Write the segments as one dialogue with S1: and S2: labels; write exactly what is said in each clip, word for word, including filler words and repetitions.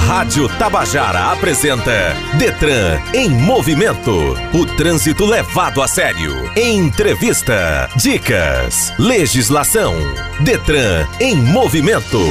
S1: Rádio Tabajara apresenta Detran em Movimento. O trânsito levado a sério. Entrevista, dicas, legislação. Detran em Movimento.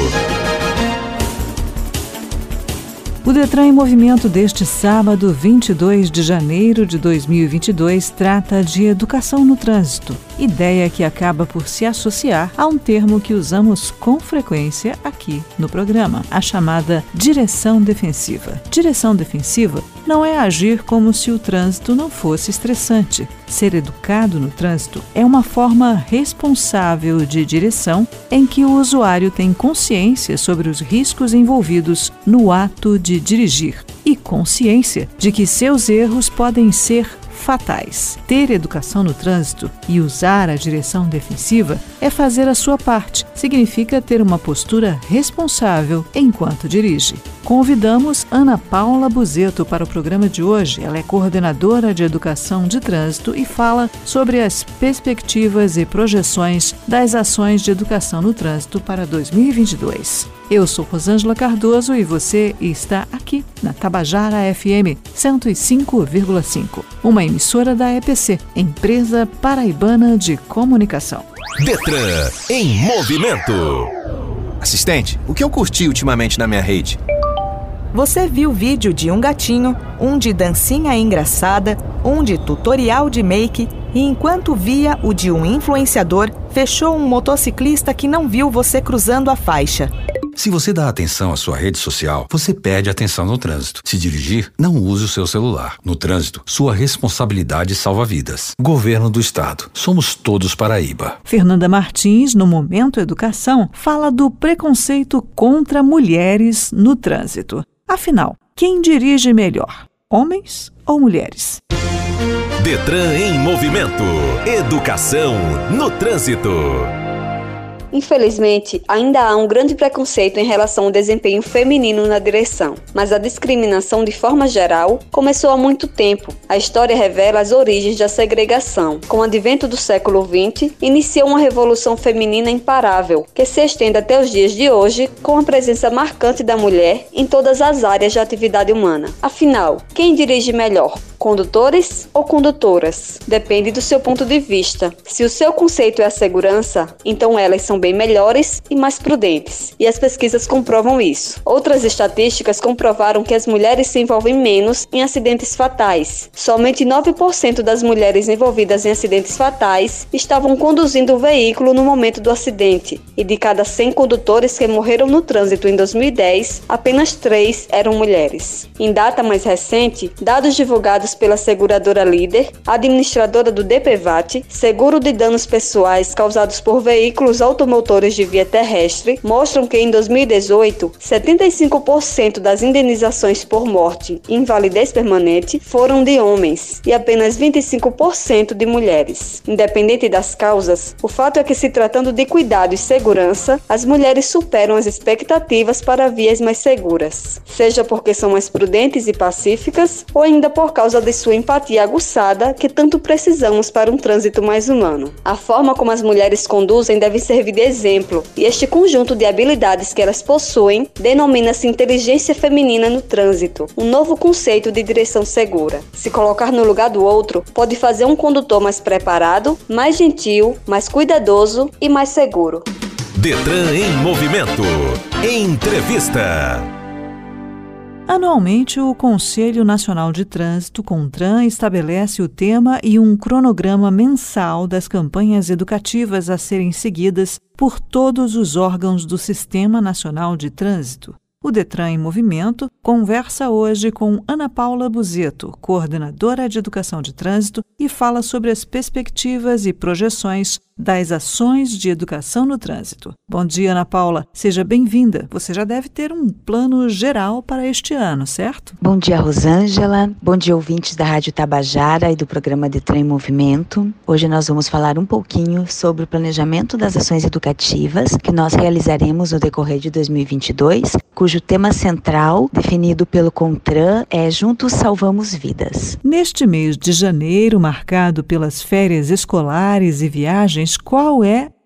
S2: O Detran em Movimento deste sábado, vinte e dois de janeiro de dois mil e vinte e dois, trata de educação no trânsito, ideia que acaba por se associar a um termo que usamos com frequência aqui no programa, a chamada direção defensiva. Direção defensiva não é agir como se o trânsito não fosse estressante. Ser educado no trânsito é uma forma responsável de direção em que o usuário tem consciência sobre os riscos envolvidos no ato de dirigir e consciência de que seus erros podem ser fatais. Ter educação no trânsito e usar a direção defensiva é fazer a sua parte. Significa ter uma postura responsável enquanto dirige. Convidamos Ana Paula Buzetto para o programa de hoje. Ela é coordenadora de educação de trânsito e fala sobre as perspectivas e projeções das ações de educação no trânsito para dois mil e vinte e dois. Eu sou Rosângela Cardoso e você está aqui na Tabajara F M cento e cinco vírgula cinco, uma emissora da E P C, Empresa Paraibana de Comunicação.
S1: Detran em Movimento.
S3: Assistente, o que eu curti ultimamente na minha rede?
S4: Você viu vídeo de um gatinho, um de dancinha engraçada, um de tutorial de make e enquanto via o de um influenciador, fechou um motociclista que não viu você cruzando a faixa.
S5: Se você dá atenção à sua rede social, você perde atenção no trânsito. Se dirigir, não use o seu celular. No trânsito, sua responsabilidade salva vidas. Governo do Estado. Somos todos Paraíba.
S2: Fernanda Martins, no Momento Educação, fala do preconceito contra mulheres no trânsito. Afinal, quem dirige melhor? Homens ou mulheres?
S1: Detran em Movimento. Educação no trânsito.
S6: Infelizmente, ainda há um grande preconceito em relação ao desempenho feminino na direção, mas a discriminação de forma geral começou há muito tempo. A história revela as origens da segregação. Com o advento do século vinte, iniciou uma revolução feminina imparável, que se estende até os dias de hoje, com a presença marcante da mulher em todas as áreas de atividade humana. Afinal, quem dirige melhor? Condutores ou condutoras? Depende do seu ponto de vista. Se o seu conceito é a segurança, então elas são bem melhores e mais prudentes. E as pesquisas comprovam isso. Outras estatísticas comprovaram que as mulheres se envolvem menos em acidentes fatais. Somente nove por cento das mulheres envolvidas em acidentes fatais estavam conduzindo o veículo no momento do acidente. E de cada cem condutores que morreram no trânsito em dois mil e dez, apenas três eram mulheres. Em data mais recente, dados divulgados pela seguradora Líder, administradora do D P V A T, seguro de danos pessoais causados por veículos automotores de via terrestre, mostram que em dois mil e dezoito, setenta e cinco por cento das indenizações por morte e invalidez permanente foram de homens e apenas vinte e cinco por cento de mulheres. Independente das causas, o fato é que, se tratando de cuidado e segurança, as mulheres superam as expectativas para vias mais seguras, seja porque são mais prudentes e pacíficas ou ainda por causa de sua empatia aguçada que tanto precisamos para um trânsito mais humano. A forma como as mulheres conduzem deve servir de exemplo, e este conjunto de habilidades que elas possuem denomina-se inteligência feminina no trânsito, um novo conceito de direção segura. Se colocar no lugar do outro pode fazer um condutor mais preparado, mais gentil, mais cuidadoso e mais seguro.
S1: Detran em Movimento. Entrevista.
S2: Anualmente, o Conselho Nacional de Trânsito, CONTRAN, estabelece o tema e um cronograma mensal das campanhas educativas a serem seguidas por todos os órgãos do Sistema Nacional de Trânsito. O Detran em Movimento conversa hoje com Ana Paula Buzetto, coordenadora de Educação de Trânsito, e fala sobre as perspectivas e projeções das ações de educação no trânsito. Bom dia, Ana Paula. Seja bem-vinda. Você já deve ter um plano geral para este ano, certo?
S7: Bom dia, Rosângela. Bom dia, ouvintes da Rádio Tabajara e do programa Detran em Movimento. Hoje nós vamos falar um pouquinho sobre o planejamento das ações educativas que nós realizaremos no decorrer de dois mil e vinte e dois, cujo tema central, definido pelo CONTRAN, é Juntos Salvamos Vidas.
S2: Neste mês de janeiro, marcado pelas férias escolares e viagens, qual é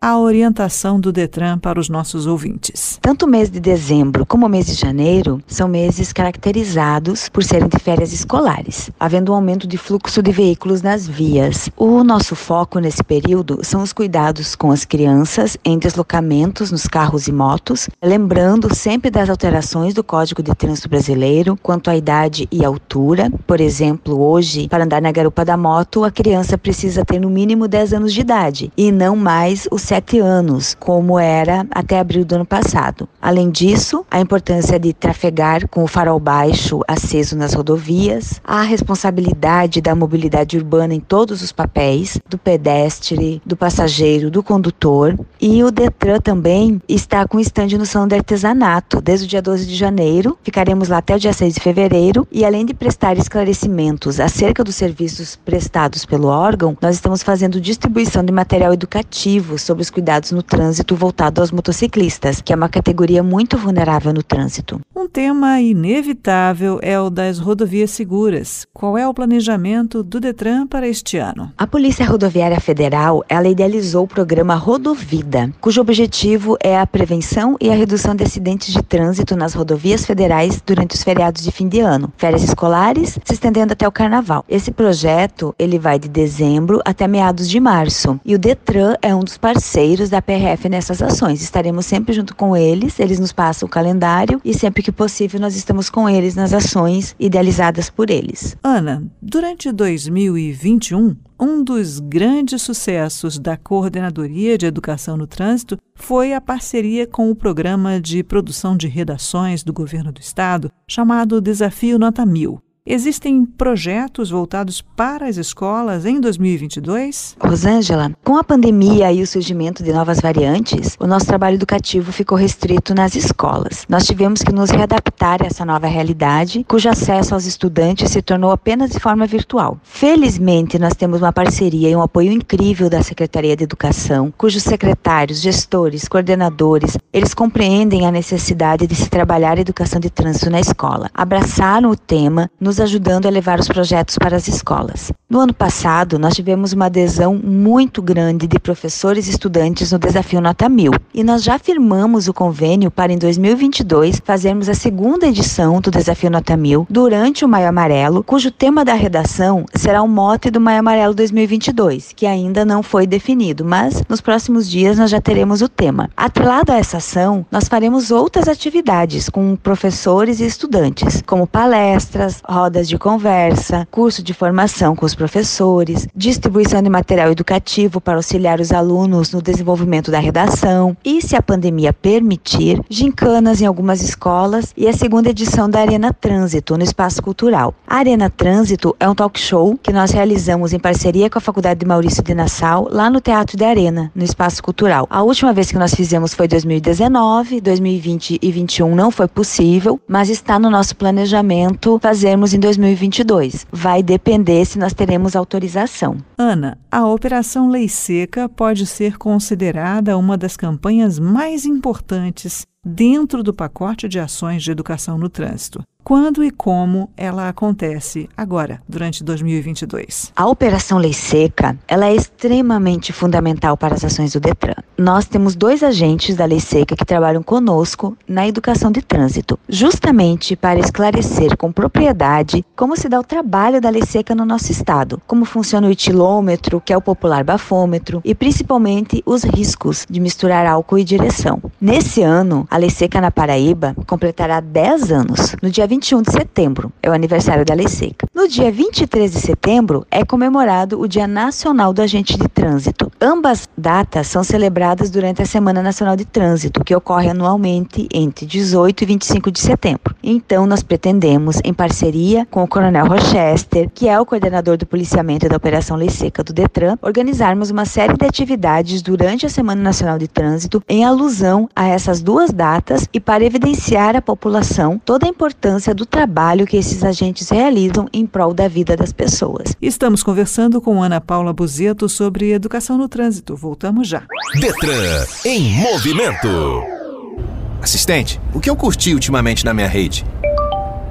S2: a orientação do Detran para os nossos ouvintes.
S7: Tanto o mês de dezembro como o mês de janeiro são meses caracterizados por serem de férias escolares, havendo um aumento de fluxo de veículos nas vias. O nosso foco nesse período são os cuidados com as crianças em deslocamentos nos carros e motos, lembrando sempre das alterações do Código de Trânsito Brasileiro quanto à idade e altura. Por exemplo, hoje, para andar na garupa da moto, a criança precisa ter no mínimo dez anos de idade e não mais os sete anos, como era até abril do ano passado. Além disso, a importância de trafegar com o farol baixo aceso nas rodovias, a responsabilidade da mobilidade urbana em todos os papéis, do pedestre, do passageiro, do condutor, e o Detran também está com estande no Salão de Artesanato. Desde o dia doze de janeiro, ficaremos lá até o dia seis de fevereiro, e além de prestar esclarecimentos acerca dos serviços prestados pelo órgão, nós estamos fazendo distribuição de material educativo sobre os cuidados no trânsito voltado aos motociclistas, que é uma categoria muito vulnerável no trânsito.
S2: Um tema inevitável é o das rodovias seguras. Qual é o planejamento do Detran para este ano?
S7: A Polícia Rodoviária Federal, ela idealizou o programa Rodovida, cujo objetivo é a prevenção e a redução de acidentes de trânsito nas rodovias federais durante os feriados de fim de ano, férias escolares, se estendendo até o carnaval. Esse projeto, ele vai de dezembro até meados de março, e o Detran é um dos parceiros da P R F nessas ações. Estaremos sempre junto com eles, eles nos passam o calendário e sempre que possível nós estamos com eles nas ações idealizadas por eles.
S2: Ana, durante dois mil e vinte e um, um dos grandes sucessos da Coordenadoria de Educação no Trânsito foi a parceria com o Programa de Produção de Redações do Governo do Estado, chamado Desafio Nota Mil. Existem projetos voltados para as escolas em dois mil e vinte e dois?
S7: Rosângela, com a pandemia e o surgimento de novas variantes, o nosso trabalho educativo ficou restrito nas escolas. Nós tivemos que nos readaptar a essa nova realidade, cujo acesso aos estudantes se tornou apenas de forma virtual. Felizmente, nós temos uma parceria e um apoio incrível da Secretaria de Educação, cujos secretários, gestores, coordenadores, eles compreendem a necessidade de se trabalhar a educação de trânsito na escola. Abraçaram o tema, nos ajudando a levar os projetos para as escolas. No ano passado, nós tivemos uma adesão muito grande de professores e estudantes no Desafio Nota Mil, e nós já firmamos o convênio para, em dois mil e vinte e dois, fazermos a segunda edição do Desafio Nota Mil durante o Maio Amarelo, cujo tema da redação será o mote do Maio Amarelo dois mil e vinte e dois, que ainda não foi definido, mas nos próximos dias nós já teremos o tema. Atrelado a essa ação, nós faremos outras atividades com professores e estudantes, como palestras, rodas de conversa, curso de formação com os professores, distribuição de material educativo para auxiliar os alunos no desenvolvimento da redação e, se a pandemia permitir, gincanas em algumas escolas e a segunda edição da Arena Trânsito no Espaço Cultural. A Arena Trânsito é um talk show que nós realizamos em parceria com a Faculdade de Maurício de Nassau, lá no Teatro de Arena, no Espaço Cultural. A última vez que nós fizemos foi em dois mil e dezenove, dois mil e vinte e vinte e um não foi possível, mas está no nosso planejamento fazermos em dois mil e vinte e dois. Vai depender se nós teremos autorização.
S2: Ana, a Operação Lei Seca pode ser considerada uma das campanhas mais importantes dentro do pacote de ações de educação no trânsito. Quando e como ela acontece agora, durante dois mil e vinte e dois?
S7: A Operação Lei Seca, ela é extremamente fundamental para as ações do Detran. Nós temos dois agentes da Lei Seca que trabalham conosco na educação de trânsito, justamente para esclarecer com propriedade como se dá o trabalho da Lei Seca no nosso estado, como funciona o etilômetro, que é o popular bafômetro, e principalmente os riscos de misturar álcool e direção. Nesse ano, a Lei Seca na Paraíba completará dez anos, no dia vinte e um de setembro, é o aniversário da Lei Seca. No dia vinte e três de setembro é comemorado o Dia Nacional do Agente de Trânsito. Ambas datas são celebradas durante a Semana Nacional de Trânsito, que ocorre anualmente entre dezoito e vinte e cinco de setembro. Então, nós pretendemos, em parceria com o Coronel Rochester, que é o coordenador do policiamento e da Operação Lei Seca do Detran, organizarmos uma série de atividades durante a Semana Nacional de Trânsito em alusão a essas duas datas e para evidenciar à população toda a importância do trabalho que esses agentes realizam em prol da vida das pessoas.
S2: Estamos conversando com Ana Paula Buzetto sobre educação no trânsito. Voltamos já.
S1: Detran em movimento.
S3: Assistente, o que eu curti ultimamente na minha rede?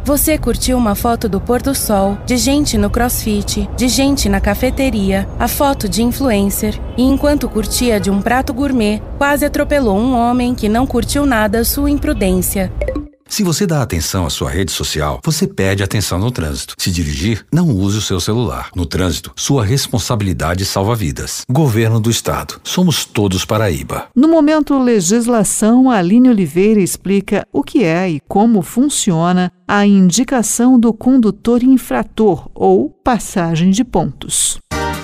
S8: Você curtiu uma foto do pôr do sol, de gente no crossfit, de gente na cafeteria, a foto de influencer, e enquanto curtia de um prato gourmet, quase atropelou um homem que não curtiu nada sua imprudência.
S5: Se você dá atenção à sua rede social, você perde atenção no trânsito. Se dirigir, não use o seu celular. No trânsito, sua responsabilidade salva vidas. Governo do Estado. Somos todos Paraíba.
S2: No momento legislação, a Aline Oliveira explica o que é e como funciona a indicação do condutor infrator ou passagem de pontos.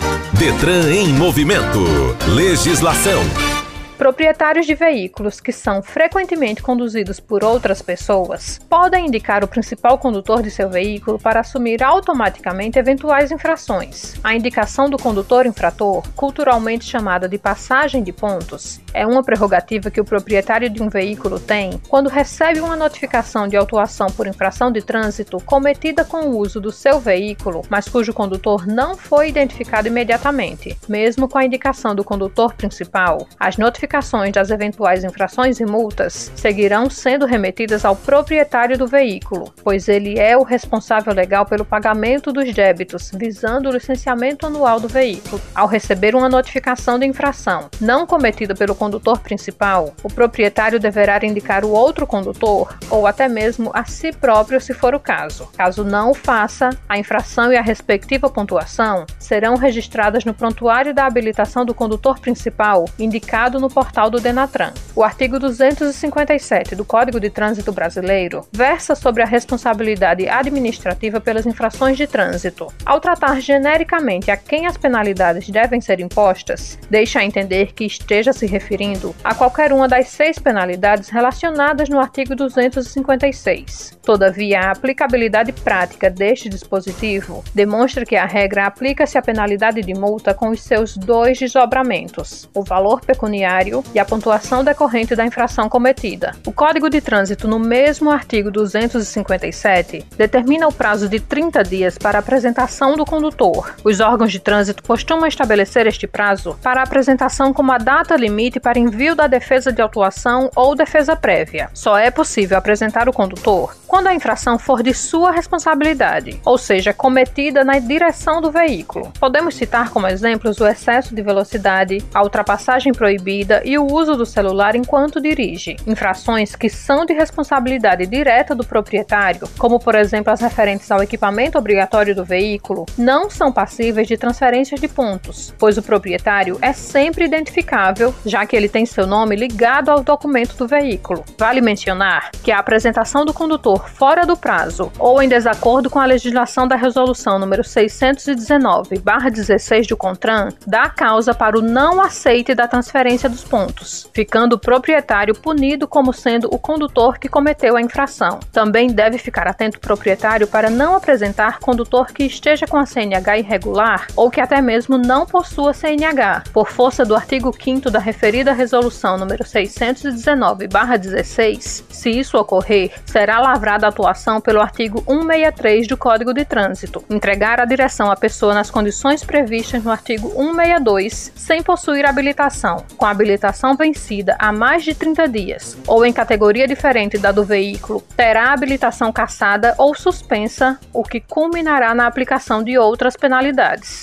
S1: Detran em movimento. Legislação.
S9: Proprietários de veículos que são frequentemente conduzidos por outras pessoas podem indicar o principal condutor de seu veículo para assumir automaticamente eventuais infrações. A indicação do condutor infrator, culturalmente chamada de passagem de pontos, é uma prerrogativa que o proprietário de um veículo tem quando recebe uma notificação de autuação por infração de trânsito cometida com o uso do seu veículo, mas cujo condutor não foi identificado imediatamente. Mesmo com a indicação do condutor principal, as notificações das eventuais infrações e multas seguirão sendo remetidas ao proprietário do veículo, pois ele é o responsável legal pelo pagamento dos débitos, visando o licenciamento anual do veículo. Ao receber uma notificação de infração não cometida pelo condutor principal, o proprietário deverá indicar o outro condutor ou até mesmo a si próprio, se for o caso. Caso não o faça, a infração e a respectiva pontuação serão registradas no prontuário da habilitação do condutor principal, indicado no portal do Denatran. O artigo duzentos e cinquenta e sete do Código de Trânsito Brasileiro versa sobre a responsabilidade administrativa pelas infrações de trânsito. Ao tratar genericamente a quem as penalidades devem ser impostas, deixa a entender que esteja se referindo a qualquer uma das seis penalidades relacionadas no artigo duzentos e cinquenta e seis. Todavia, a aplicabilidade prática deste dispositivo demonstra que a regra aplica-se à penalidade de multa com os seus dois desdobramentos, o valor pecuniário e a pontuação decorrente da infração cometida. O Código de Trânsito, no mesmo artigo duzentos e cinquenta e sete, determina o prazo de trinta dias para a apresentação do condutor. Os órgãos de trânsito costumam estabelecer este prazo para a apresentação como a data limite para envio da defesa de autuação ou defesa prévia. Só é possível apresentar o condutor quando a infração for de sua responsabilidade, ou seja, cometida na direção do veículo. Podemos citar como exemplos o excesso de velocidade, a ultrapassagem proibida e o uso do celular enquanto dirige. Infrações que são de responsabilidade direta do proprietário, como por exemplo as referentes ao equipamento obrigatório do veículo, não são passíveis de transferências de pontos, pois o proprietário é sempre identificável, já que ele tem seu nome ligado ao documento do veículo. Vale mencionar que a apresentação do condutor fora do prazo ou em desacordo com a legislação da resolução número seiscentos e dezenove barra dezesseis do CONTRAN dá causa para o não aceite da transferência dos pontos, ficando o proprietário punido como sendo o condutor que cometeu a infração. Também deve ficar atento o proprietário para não apresentar condutor que esteja com a C N H irregular ou que até mesmo não possua C N H, por força do artigo quinto da referida resolução número seiscentos e dezenove barra dezesseis. Se isso ocorrer, será lavrada a atuação pelo artigo cento e sessenta e três do Código de Trânsito. Entregar a direção à pessoa nas condições previstas no artigo cento e sessenta e dois, sem possuir habilitação, com a habilitação vencida há mais de trinta dias, ou em categoria diferente da do veículo, terá a habilitação cassada ou suspensa, o que culminará na aplicação de outras penalidades.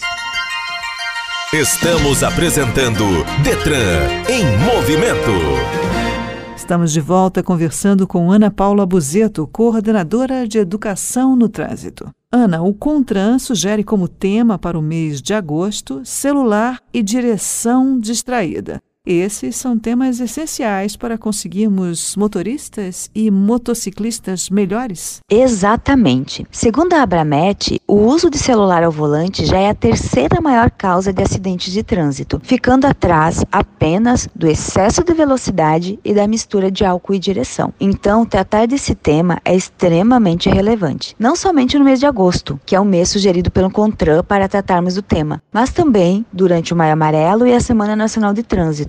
S1: Estamos apresentando Detran em movimento.
S2: Estamos de volta conversando com Ana Paula Buzetto, coordenadora de Educação no Trânsito. Ana, o CONTRAN sugere como tema para o mês de agosto celular e direção distraída. Esses são temas essenciais para conseguirmos motoristas e motociclistas melhores?
S7: Exatamente. Segundo a Abramet, o uso de celular ao volante já é a terceira maior causa de acidentes de trânsito, ficando atrás apenas do excesso de velocidade e da mistura de álcool e direção. Então, tratar desse tema é extremamente relevante, não somente no mês de agosto, que é o mês sugerido pelo CONTRAN para tratarmos do tema, mas também durante o Maio Amarelo e a Semana Nacional de Trânsito,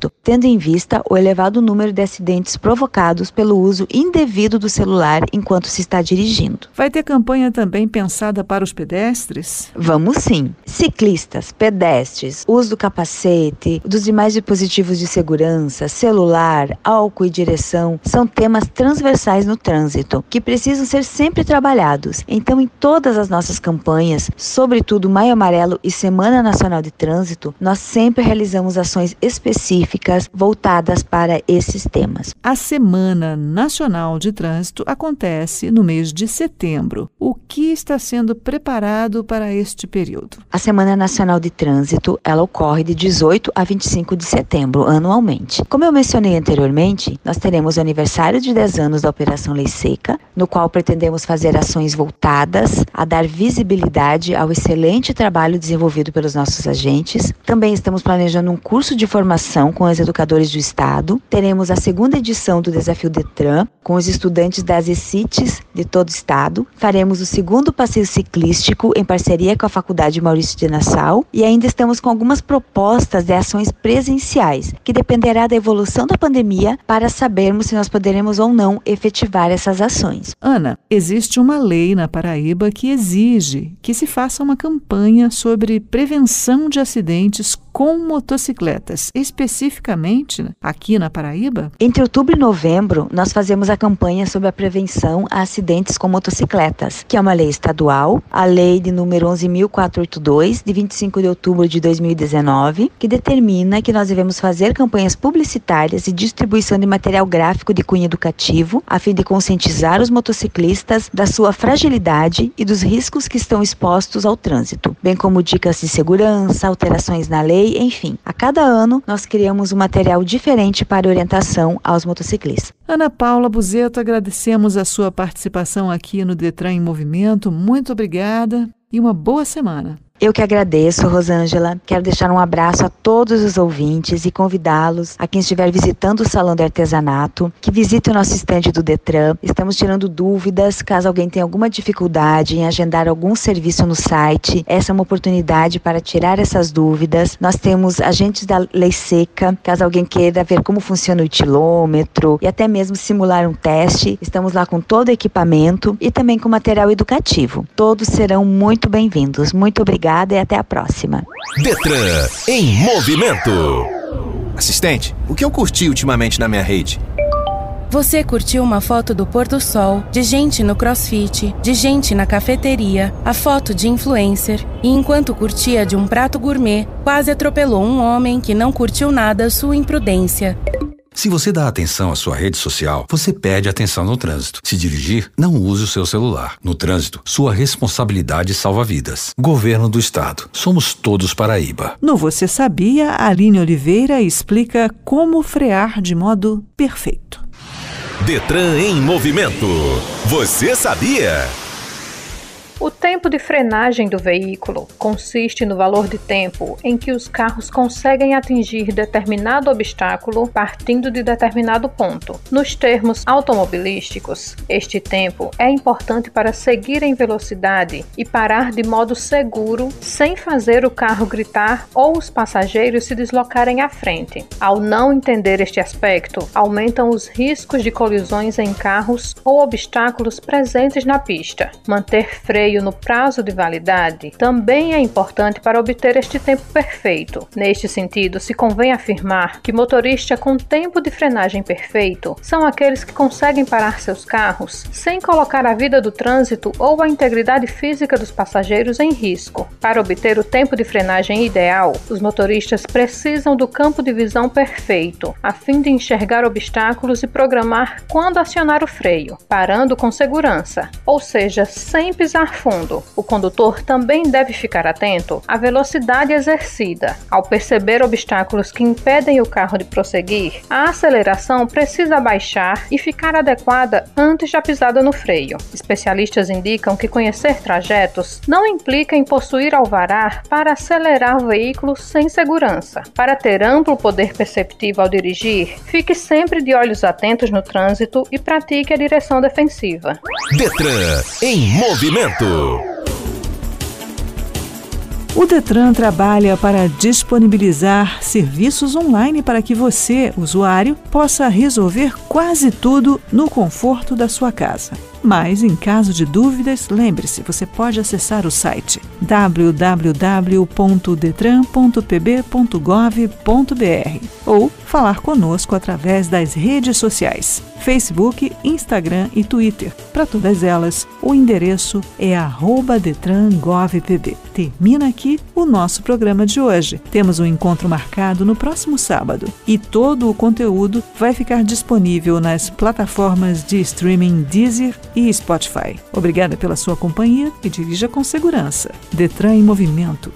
S7: trânsito, tendo em vista o elevado número de acidentes provocados pelo uso indevido do celular enquanto se está dirigindo.
S2: Vai ter campanha também pensada para os pedestres?
S7: Vamos sim. Ciclistas, pedestres, uso do capacete, dos demais dispositivos de segurança, celular, álcool e direção, são temas transversais no trânsito, que precisam ser sempre trabalhados. Então, em todas as nossas campanhas, sobretudo Maio Amarelo e Semana Nacional de Trânsito, nós sempre realizamos ações específicas voltadas para esses temas.
S2: A Semana Nacional de Trânsito acontece no mês de setembro. O que está sendo preparado para este período?
S7: A Semana Nacional de Trânsito, ela ocorre de dezoito a vinte e cinco de setembro, anualmente. Como eu mencionei anteriormente, nós teremos o aniversário de dez anos da Operação Lei Seca, no qual pretendemos fazer ações voltadas a dar visibilidade ao excelente trabalho desenvolvido pelos nossos agentes. Também estamos planejando um curso de formação com os educadores do Estado. Teremos a segunda edição do Desafio Detran, com os estudantes das E C I Ts de todo o Estado. Faremos o segundo passeio ciclístico em parceria com a Faculdade Maurício de Nassau. E ainda estamos com algumas propostas de ações presenciais, que dependerá da evolução da pandemia para sabermos se nós poderemos ou não efetivar essas ações.
S2: Ana, existe uma lei na Paraíba que exige que se faça uma campanha sobre prevenção de acidentes com motocicletas, especificamente aqui na Paraíba?
S7: Entre outubro e novembro, nós fazemos a campanha sobre a prevenção a acidentes com motocicletas, que é uma lei estadual, a lei de número onze mil quatrocentos e oitenta e dois, de vinte e cinco de outubro de dois mil e dezenove, que determina que nós devemos fazer campanhas publicitárias e distribuição de material gráfico de cunho educativo, a fim de conscientizar os motociclistas da sua fragilidade e dos riscos que estão expostos ao trânsito, bem como dicas de segurança, alterações na lei, enfim. A cada ano, nós criamos um material diferente para orientação aos motociclistas.
S2: Ana Paula Buzetto, agradecemos a sua participação aqui no Detran em Movimento. Muito obrigada e uma boa semana.
S7: Eu que agradeço, Rosângela. Quero deixar um abraço a todos os ouvintes e convidá-los, a quem estiver visitando o Salão de Artesanato, que visite o nosso estande do Detran. Estamos tirando dúvidas, caso alguém tenha alguma dificuldade em agendar algum serviço no site. Essa é uma oportunidade para tirar essas dúvidas. Nós temos agentes da Lei Seca, caso alguém queira ver como funciona o etilômetro e até mesmo simular um teste. Estamos lá com todo o equipamento e também com material educativo. Todos serão muito bem-vindos. Muito obrigada. Obrigada e até a próxima.
S1: Detran em movimento.
S3: Assistente, o que eu curti ultimamente na minha rede?
S8: Você curtiu uma foto do pôr do sol, de gente no crossfit, de gente na cafeteria, a foto de influencer, e enquanto curtia de um prato gourmet, quase atropelou um homem que não curtiu nada sua imprudência.
S5: Se você dá atenção à sua rede social, você perde atenção no trânsito. Se dirigir, não use o seu celular. No trânsito, sua responsabilidade salva vidas. Governo do Estado. Somos todos Paraíba.
S2: No Você Sabia, a Aline Oliveira explica como frear de modo perfeito.
S1: Detran em Movimento. Você sabia?
S9: O tempo de frenagem do veículo consiste no valor de tempo em que os carros conseguem atingir determinado obstáculo partindo de determinado ponto. Nos termos automobilísticos, este tempo é importante para seguir em velocidade e parar de modo seguro, sem fazer o carro gritar ou os passageiros se deslocarem à frente. Ao não entender este aspecto, aumentam os riscos de colisões em carros ou obstáculos presentes na pista. Manter freio no prazo de validade também é importante para obter este tempo perfeito. Neste sentido, se convém afirmar que motoristas com tempo de frenagem perfeito são aqueles que conseguem parar seus carros sem colocar a vida do trânsito ou a integridade física dos passageiros em risco. Para obter o tempo de frenagem ideal, os motoristas precisam do campo de visão perfeito, a fim de enxergar obstáculos e programar quando acionar o freio, parando com segurança, ou seja, sem pisar fundo. O condutor também deve ficar atento à velocidade exercida. Ao perceber obstáculos que impedem o carro de prosseguir, a aceleração precisa baixar e ficar adequada antes da pisada no freio. Especialistas indicam que conhecer trajetos não implica em possuir alvará para acelerar o veículo sem segurança. Para ter amplo poder perceptivo ao dirigir, fique sempre de olhos atentos no trânsito e pratique a direção defensiva.
S1: Detran em Movimento.
S2: O Detran trabalha para disponibilizar serviços online para que você, usuário, possa resolver quase tudo no conforto da sua casa. Mas, em caso de dúvidas, lembre-se, você pode acessar o site w w w ponto detran ponto p b ponto gov ponto b r ou falar conosco através das redes sociais, Facebook, Instagram e Twitter. Para todas elas, o endereço é arroba detran gov p b. Termina aqui o nosso programa de hoje. Temos um encontro marcado no próximo sábado e todo o conteúdo vai ficar disponível nas plataformas de streaming Deezer e Spotify. Obrigada pela sua companhia e dirija com segurança. Detran em Movimento.